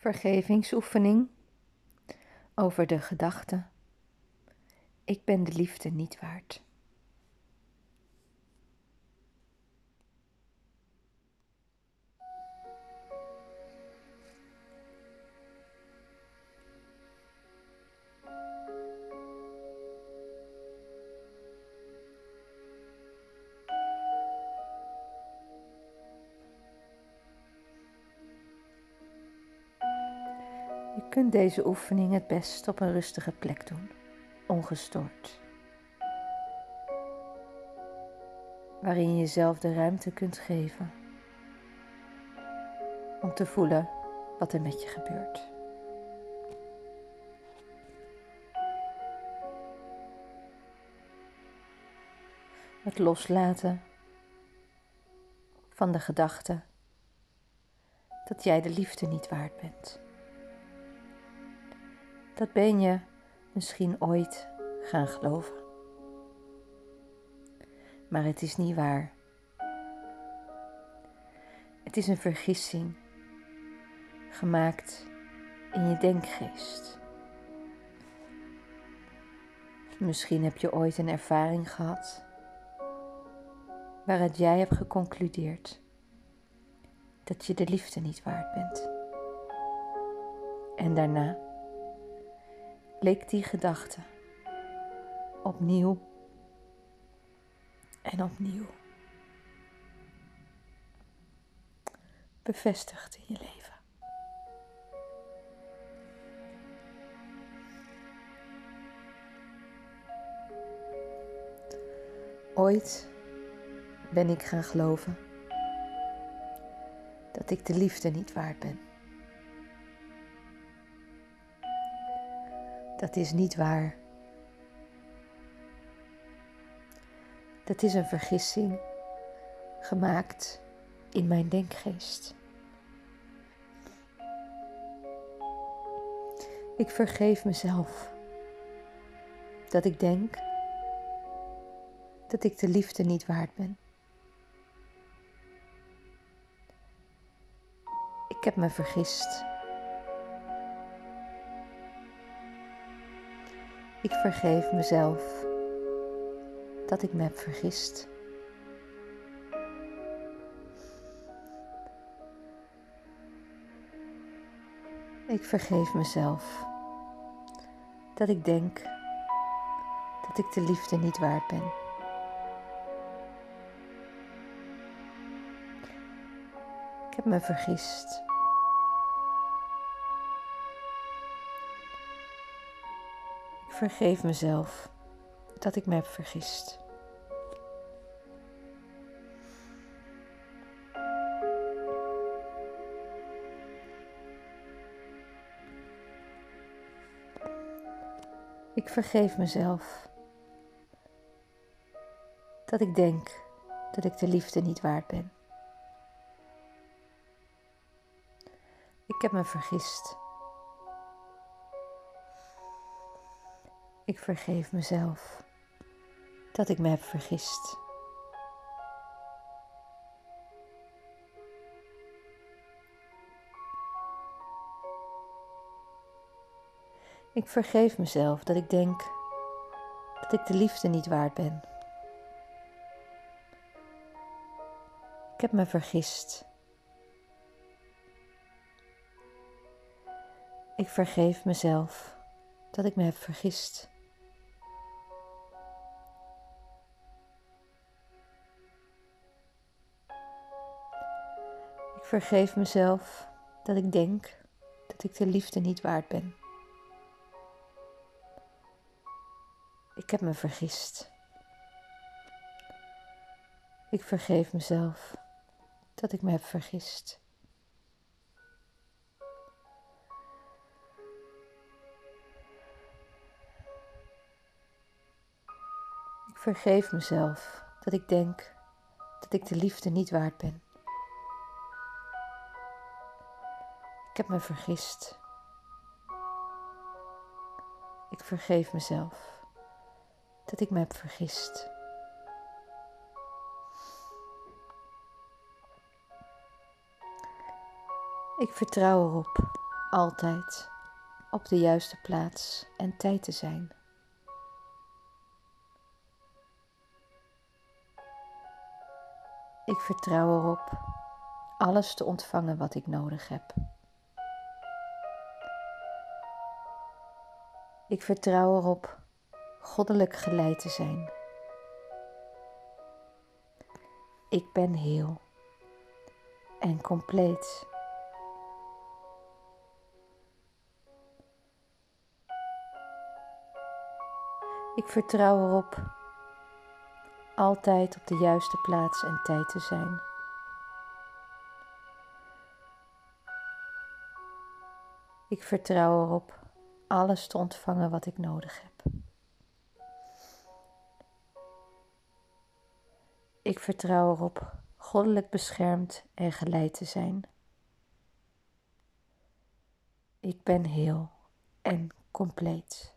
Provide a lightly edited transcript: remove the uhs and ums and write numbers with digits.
Vergevingsoefening over de gedachte: ik ben de liefde niet waard. Je kunt deze oefening het best op een rustige plek doen, ongestoord. Waarin je jezelf de ruimte kunt geven om te voelen wat er met je gebeurt. Het loslaten van de gedachte dat jij de liefde niet waard bent. Dat ben je misschien ooit gaan geloven. Maar het is niet waar. Het is een vergissing, gemaakt in je denkgeest. Misschien heb je ooit een ervaring gehad waaruit jij hebt geconcludeerd dat je de liefde niet waard bent. En daarna leek die gedachte opnieuw en opnieuw bevestigd in je leven. Ooit ben ik gaan geloven dat ik de liefde niet waard ben. Dat is niet waar. Dat is een vergissing, gemaakt in mijn denkgeest. Ik vergeef mezelf dat ik denk dat ik de liefde niet waard ben. Ik heb me vergist. Ik vergeef mezelf dat ik me heb vergist. Ik vergeef mezelf dat ik denk dat ik de liefde niet waard ben. Ik heb me vergist. Ik vergeef mezelf dat ik me heb vergist. Ik vergeef mezelf dat ik denk dat ik de liefde niet waard ben. Ik heb me vergist. Ik vergeef mezelf dat ik me heb vergist. Ik vergeef mezelf dat ik denk dat ik de liefde niet waard ben. Ik heb me vergist. Ik vergeef mezelf dat ik me heb vergist. Ik vergeef mezelf dat ik denk dat ik de liefde niet waard ben. Ik heb me vergist. Ik vergeef mezelf dat ik me heb vergist. Ik vergeef mezelf dat ik denk dat ik de liefde niet waard ben. Ik heb me vergist. Ik vergeef mezelf dat ik me heb vergist. Ik vertrouw erop altijd op de juiste plaats en tijd te zijn. Ik vertrouw erop alles te ontvangen wat ik nodig heb. Ik vertrouw erop goddelijk geleid te zijn. Ik ben heel en compleet. Ik vertrouw erop altijd op de juiste plaats en tijd te zijn. Ik vertrouw erop alles te ontvangen wat ik nodig heb. Ik vertrouw erop goddelijk beschermd en geleid te zijn. Ik ben heel en compleet.